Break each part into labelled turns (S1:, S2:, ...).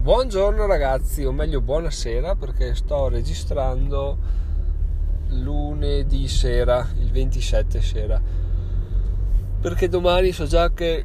S1: Buongiorno ragazzi, o meglio buonasera, perché sto registrando lunedì sera, il 27 sera, perché domani so già che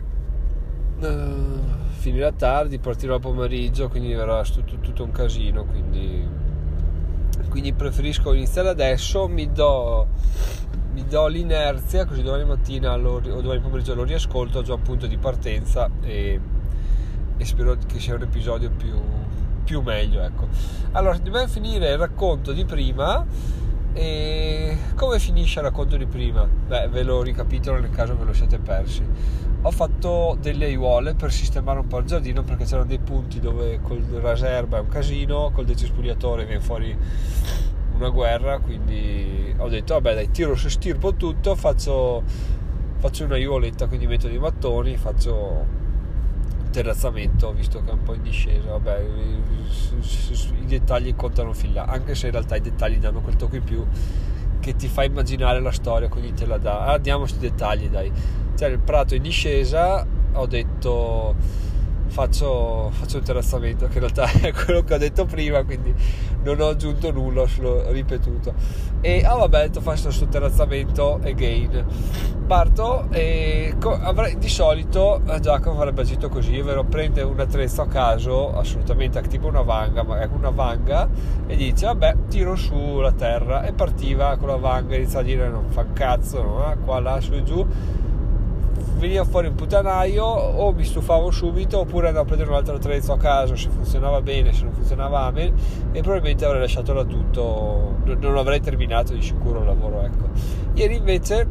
S1: finirà tardi, partirò a pomeriggio, quindi verrà tutto un casino, quindi preferisco iniziare adesso. Mi do l'inerzia, così domani mattina o domani pomeriggio lo riascolto, ho già un punto di partenza e spero che sia un episodio più meglio, ecco. Allora, dobbiamo finire il racconto di prima. E come finisce il racconto di prima? Ve lo ricapitolo nel caso ve lo siete persi. Ho fatto delle aiuole per sistemare un po' il giardino, perché c'erano dei punti dove col raserba è un casino, col decespugliatore viene fuori una guerra, quindi ho detto vabbè dai, stirpo tutto, faccio una aiuoletta, quindi metto dei mattoni, faccio terrazzamento, visto che è un po' in discesa. Vabbè, i dettagli contano fin là, anche se in realtà i dettagli danno quel tocco in più che ti fa immaginare la storia, quindi te la dà. Diamo questi dettagli, dai. Cioè, il prato in discesa, ho detto faccio un terrazzamento, che in realtà è quello che ho detto prima, quindi non ho aggiunto nulla, ho solo ripetuto. E vabbè, ho detto faccio questo terrazzamento again. Parto e di solito Giacomo avrebbe agito così, ovvero prende un attrezzo a caso, assolutamente tipo una vanga, e dice vabbè, tiro su la terra, e partiva con la vanga, inizia a dire non fa un cazzo, no? Qua, là, su e giù. Veniva fuori un puttanaio, o mi stufavo subito, oppure andavo a prendere un altro attrezzo a caso, se funzionava bene, se non funzionava amen, e probabilmente avrei lasciato là tutto, non avrei terminato di sicuro il lavoro, ecco. Ieri invece,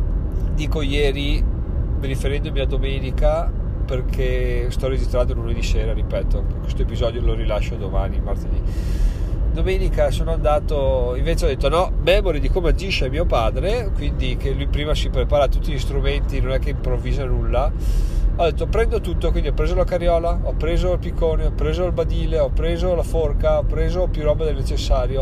S1: riferendomi a domenica, perché sto registrando lunedì sera, ripeto, questo episodio lo rilascio domani, martedì. Domenica sono andato, invece ho detto no, memori di come agisce mio padre, quindi che lui prima si prepara tutti gli strumenti, non è che improvvisa nulla. Ho detto prendo tutto, quindi ho preso la carriola, ho preso il piccone, ho preso il badile, ho preso la forca, ho preso più roba del necessario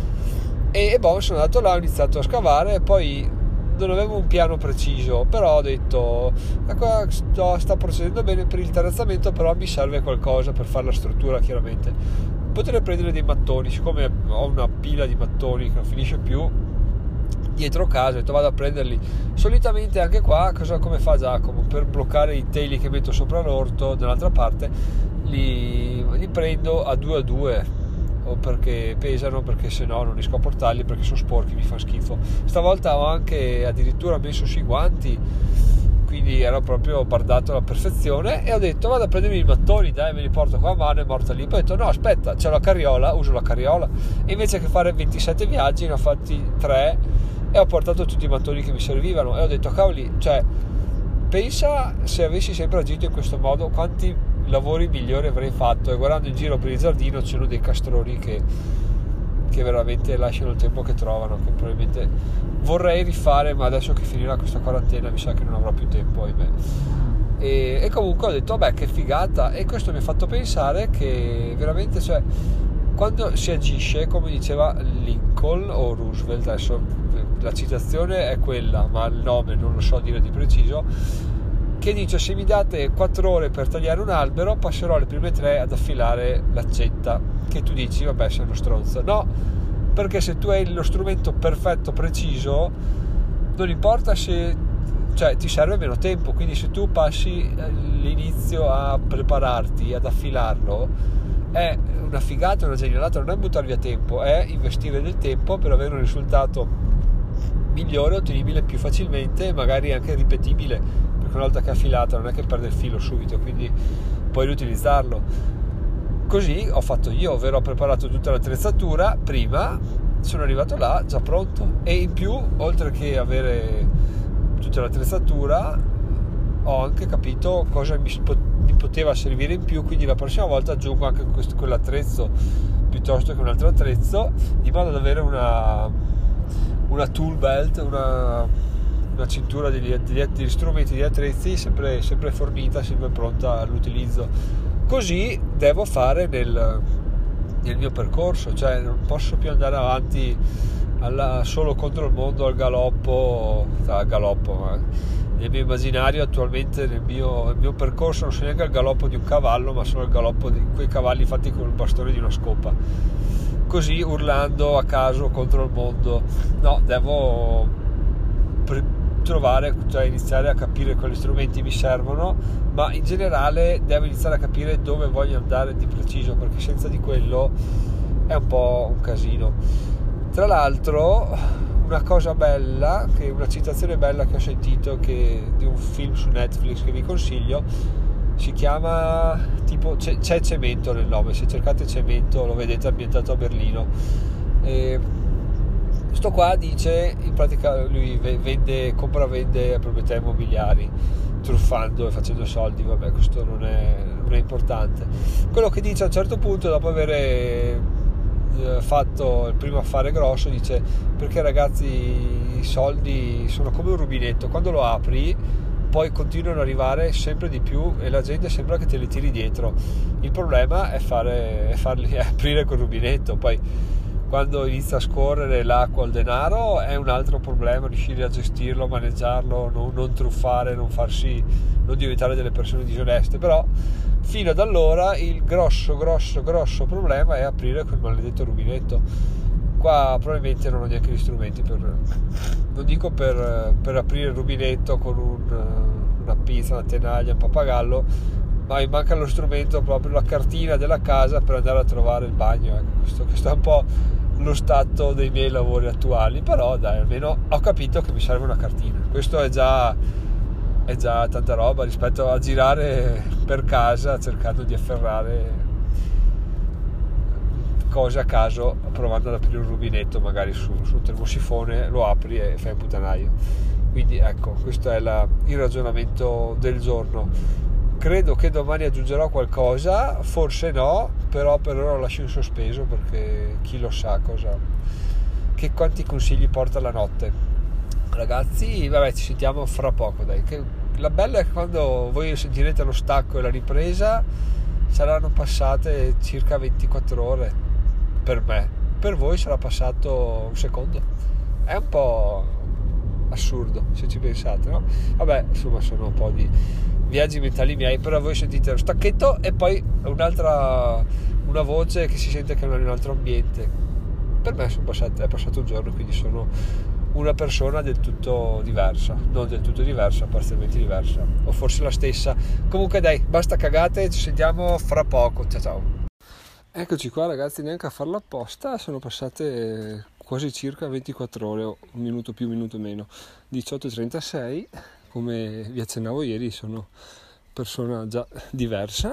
S1: e sono andato là, ho iniziato a scavare, e poi non avevo un piano preciso, però ho detto sta procedendo bene per il terrazzamento, però mi serve qualcosa per fare la struttura, chiaramente. Potrei prendere dei mattoni, siccome ho una pila di mattoni che non finisce più dietro casa, ho detto vado a prenderli. Solitamente anche qua come fa Giacomo? Per bloccare i teli che metto sopra l'orto dall'altra parte li prendo a 2 o perché pesano, perché se no non riesco a portarli, perché sono sporchi, mi fa schifo. Stavolta ho anche addirittura messo sui guanti, quindi ero proprio bardato alla perfezione, e ho detto vado a prendermi i mattoni, dai, me li porto qua a mano, è morta lì. Poi ho detto no, aspetta, c'è la carriola, uso la carriola, e invece che fare 27 viaggi ne ho fatti 3 e ho portato tutti i mattoni che mi servivano. E ho detto cavoli, cioè pensa se avessi sempre agito in questo modo quanti lavori migliori avrei fatto. E guardando in giro per il giardino c'erano dei castroni che veramente lasciano il tempo che trovano, che probabilmente vorrei rifare, ma adesso che finirà questa quarantena mi sa che non avrò più tempo, ahimè. E comunque ho detto vabbè, che figata. E questo mi ha fatto pensare che veramente, cioè, quando si agisce, come diceva Lincoln o Roosevelt, adesso la citazione è quella, ma il nome non lo so dire di preciso, che dice: se mi date 4 ore per tagliare un albero, passerò le prime 3 ad affilare l'accetta. Che tu dici vabbè, sei uno stronzo. No, perché se tu hai lo strumento perfetto, preciso, non importa se, cioè, ti serve meno tempo. Quindi se tu passi l'inizio a prepararti, ad affilarlo, è una figata, una genialata. Non è buttare via tempo, è investire del tempo per avere un risultato migliore, ottenibile più facilmente, magari anche ripetibile, perché una volta che è affilata non è che perde il filo subito, quindi puoi riutilizzarlo. Così ho fatto io, ovvero ho preparato tutta l'attrezzatura prima, sono arrivato là già pronto, e in più, oltre che avere tutta l'attrezzatura, ho anche capito cosa mi poteva servire in più, quindi la prossima volta aggiungo anche quell'attrezzo piuttosto che un altro attrezzo, in modo ad avere una tool belt, una cintura degli strumenti, di attrezzi sempre fornita, sempre pronta all'utilizzo. Così devo fare nel mio percorso, cioè non posso più andare avanti solo contro il mondo al galoppo, nel mio immaginario attualmente, nel mio percorso non sono neanche al galoppo di un cavallo, ma sono al galoppo di quei cavalli fatti con il bastone di una scopa, così urlando a caso contro il mondo. No, devo trovare, cioè iniziare a capire quali strumenti mi servono, ma in generale devo iniziare a capire dove voglio andare di preciso, perché senza di quello è un po' un casino. Tra l'altro, una cosa bella, una citazione bella che ho sentito di un film su Netflix che vi consiglio, si chiama tipo c'è Cemento nel nome, se cercate Cemento lo vedete, ambientato a Berlino. Sto qua dice, in pratica lui compra-vende proprietà immobiliari, truffando e facendo soldi. Vabbè, questo non è importante. Quello che dice a un certo punto, dopo avere fatto il primo affare grosso, dice: perché ragazzi, i soldi sono come un rubinetto, quando lo apri poi continuano ad arrivare sempre di più e la gente sembra che te li tiri dietro. Il problema è farli aprire quel rubinetto, poi quando inizia a scorrere l'acqua o il denaro è un altro problema, riuscire a gestirlo, maneggiarlo, non truffare, non diventare delle persone disoneste. Però fino ad allora il grosso problema è aprire quel maledetto rubinetto. Qua probabilmente non ho neanche gli strumenti non dico per aprire il rubinetto con una pinza, una tenaglia, un pappagallo, ma mi manca lo strumento, proprio la cartina della casa per andare a trovare il bagno. Ecco, questo è un po' lo stato dei miei lavori attuali, però dai, almeno ho capito che mi serve una cartina. Questo è già tanta roba rispetto a girare per casa cercando di afferrare cose a caso, provando ad aprire un rubinetto magari su un termosifone, lo apri e fai un puttanaio. Quindi ecco, questo è il ragionamento del giorno. Credo che domani aggiungerò qualcosa, forse no, però per ora lo lascio in sospeso, perché chi lo sa quanti consigli porta la notte. Ragazzi, vabbè, ci sentiamo fra poco, dai. La bella è che quando voi sentirete lo stacco e la ripresa saranno passate circa 24 ore per me, per voi sarà passato un secondo. È un po' assurdo se ci pensate, no? Vabbè, insomma, sono un po' di viaggi mentali miei, però voi sentite lo stacchetto e poi una voce che si sente che non è in un altro ambiente. Per me è passato un giorno, quindi sono una persona del tutto diversa, non del tutto diversa, parzialmente diversa, o forse la stessa. Comunque dai, basta cagate, ci sentiamo fra poco, ciao. Eccoci qua ragazzi, neanche a farlo apposta, sono passate quasi circa 24 ore, un minuto più, un minuto meno, 18:36. Come vi accennavo ieri, sono persona già diversa,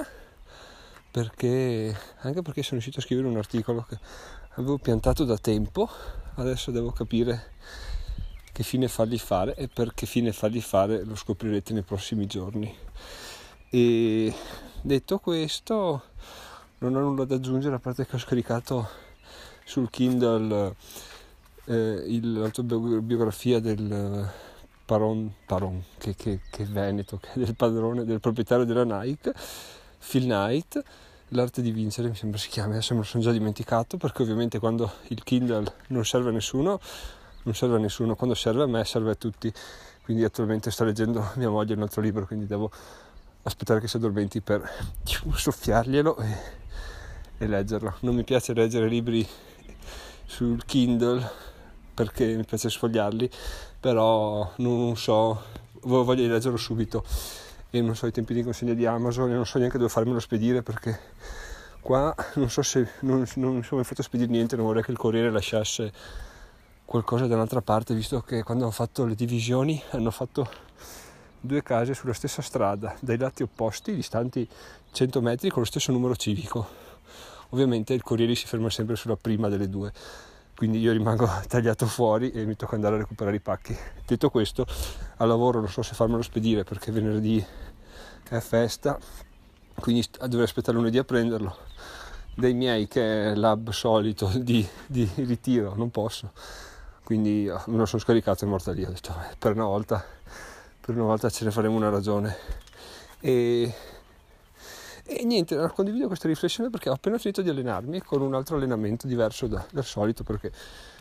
S1: anche perché sono riuscito a scrivere un articolo che avevo piantato da tempo. Adesso devo capire che fine fargli fare, e per che fine fargli fare lo scoprirete nei prossimi giorni. E detto questo, non ho nulla da aggiungere, a parte che ho scaricato sul Kindle l'autobiografia del Paron che è veneto, che è del padrone, del proprietario della Nike, Phil Knight, L'arte di vincere mi sembra si chiama, adesso me lo sono già dimenticato, perché ovviamente quando il Kindle non serve a nessuno, quando serve a me serve a tutti. Quindi attualmente sto leggendo mia moglie un altro libro, quindi devo aspettare che si addormenti per soffiarglielo e leggerlo. Non mi piace leggere libri sul Kindle perché mi piace sfogliarli, però non so, voglio leggerlo subito e non so i tempi di consegna di Amazon e non so neanche dove farmelo spedire, perché qua non so se non mi sono mai fatto spedire niente, non vorrei che il corriere lasciasse qualcosa da un'altra parte, visto che quando hanno fatto le divisioni hanno fatto 2 case sulla stessa strada, dai lati opposti, distanti 100 metri, con lo stesso numero civico. Ovviamente il corriere si ferma sempre sulla prima delle 2, quindi io rimango tagliato fuori e mi tocca andare a recuperare i pacchi. Detto questo, al lavoro non so se farmelo spedire perché venerdì è festa, quindi dovrei aspettare lunedì a prenderlo. Dei miei, che è l'hub solito di ritiro, non posso, quindi me lo sono scaricato e è morta lì. Ho detto per una volta ce ne faremo una ragione. E niente, condivido questa riflessione perché ho appena finito di allenarmi con un altro allenamento diverso dal solito, perché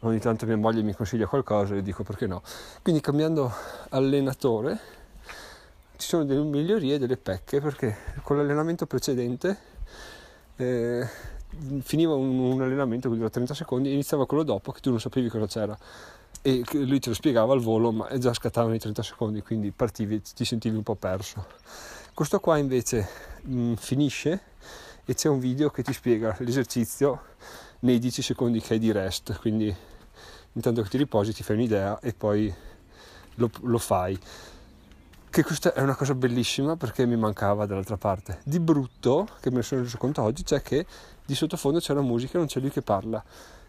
S1: ogni tanto mia moglie mi consiglia qualcosa e dico perché no. Quindi cambiando allenatore ci sono delle migliorie e delle pecche, perché con l'allenamento precedente finiva un allenamento che dura 30 secondi e iniziava quello dopo che tu non sapevi cosa c'era e lui te lo spiegava al volo, ma già scattavano i 30 secondi, quindi partivi, ti sentivi un po' perso. Questo qua invece finisce e c'è un video che ti spiega l'esercizio nei 10 secondi che hai di rest, quindi intanto che ti riposi ti fai un'idea e poi lo fai. Che questa è una cosa bellissima, perché mi mancava dall'altra parte. Di brutto, che me ne sono reso conto oggi, c'è che di sottofondo c'è una musica e non c'è lui che parla,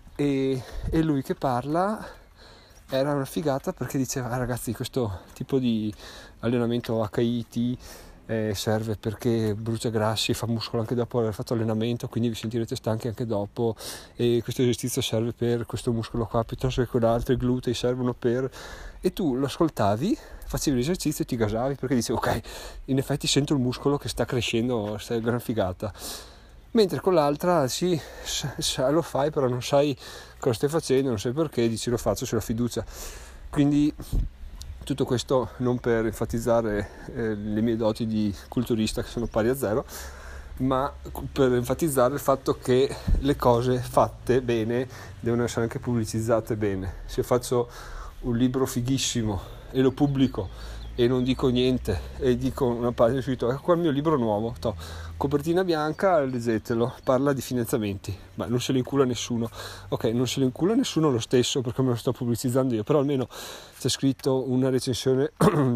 S1: e lui che parla era una figata, perché diceva ragazzi, questo tipo di allenamento HIIT serve perché brucia grassi, fa muscolo anche dopo aver fatto allenamento, quindi vi sentirete stanchi anche dopo, e questo esercizio serve per questo muscolo qua piuttosto che quell'altro, i glutei servono per... e tu lo ascoltavi, facevi l'esercizio e ti gasavi, perché dicevi ok, in effetti sento il muscolo che sta crescendo, è gran figata. Mentre con l'altra sì, lo fai, però non sai cosa stai facendo, non sai perché, dici lo faccio sulla fiducia. Quindi tutto questo non per enfatizzare le mie doti di culturista, che sono pari a zero, ma per enfatizzare il fatto che le cose fatte bene devono essere anche pubblicizzate bene. Se faccio un libro fighissimo e lo pubblico e non dico niente e dico una pagina scritto ecco qua il mio libro nuovo, copertina bianca, leggetelo, parla di finanziamenti, ma non se lo incula nessuno. Ok, non se lo incula nessuno lo stesso, perché me lo sto pubblicizzando io, però almeno c'è scritto una recensione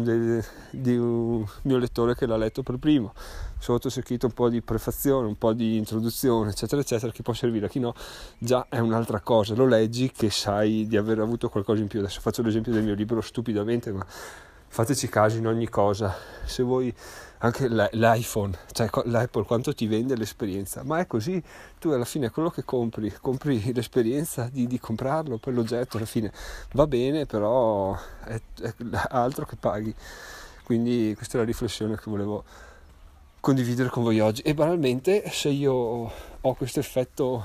S1: di un mio lettore che l'ha letto per primo, sotto c'è scritto un po' di prefazione, un po' di introduzione, eccetera eccetera, che può servire a chi no, già è un'altra cosa, lo leggi che sai di aver avuto qualcosa in più. Adesso faccio l'esempio del mio libro stupidamente, ma fateci caso in ogni cosa. Se vuoi anche l'iPhone, cioè l'Apple, quanto ti vende l'esperienza, ma è così, tu alla fine quello che compri l'esperienza di comprarlo, poi l'oggetto alla fine va bene, però è altro che paghi. Quindi questa è la riflessione che volevo condividere con voi oggi. E banalmente, se io ho questo effetto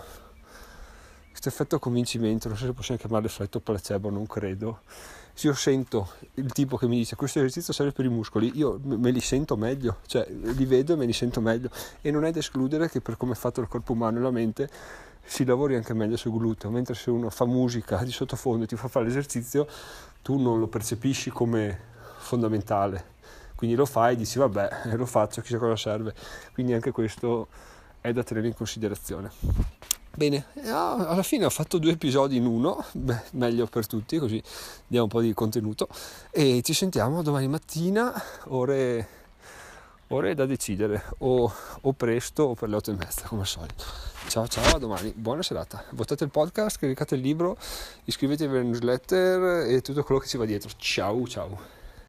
S1: convincimento, non so se possiamo chiamarlo effetto placebo, non credo. Se io sento il tipo che mi dice questo esercizio serve per i muscoli, io me li sento meglio, cioè li vedo e me li sento meglio, e non è da escludere che per come è fatto il corpo umano e la mente si lavori anche meglio sul gluteo, mentre se uno fa musica di sottofondo e ti fa fare l'esercizio tu non lo percepisci come fondamentale, quindi lo fai e dici vabbè, lo faccio, chissà cosa serve. Quindi anche questo è da tenere in considerazione. Bene, alla fine ho fatto 2 episodi in uno, meglio per tutti, così diamo un po' di contenuto, e ci sentiamo domani mattina, ore da decidere, o presto o per le 8:30 come al solito. Ciao, a domani, buona serata, votate il podcast, caricate il libro, iscrivetevi alla newsletter e tutto quello che ci va dietro. Ciao.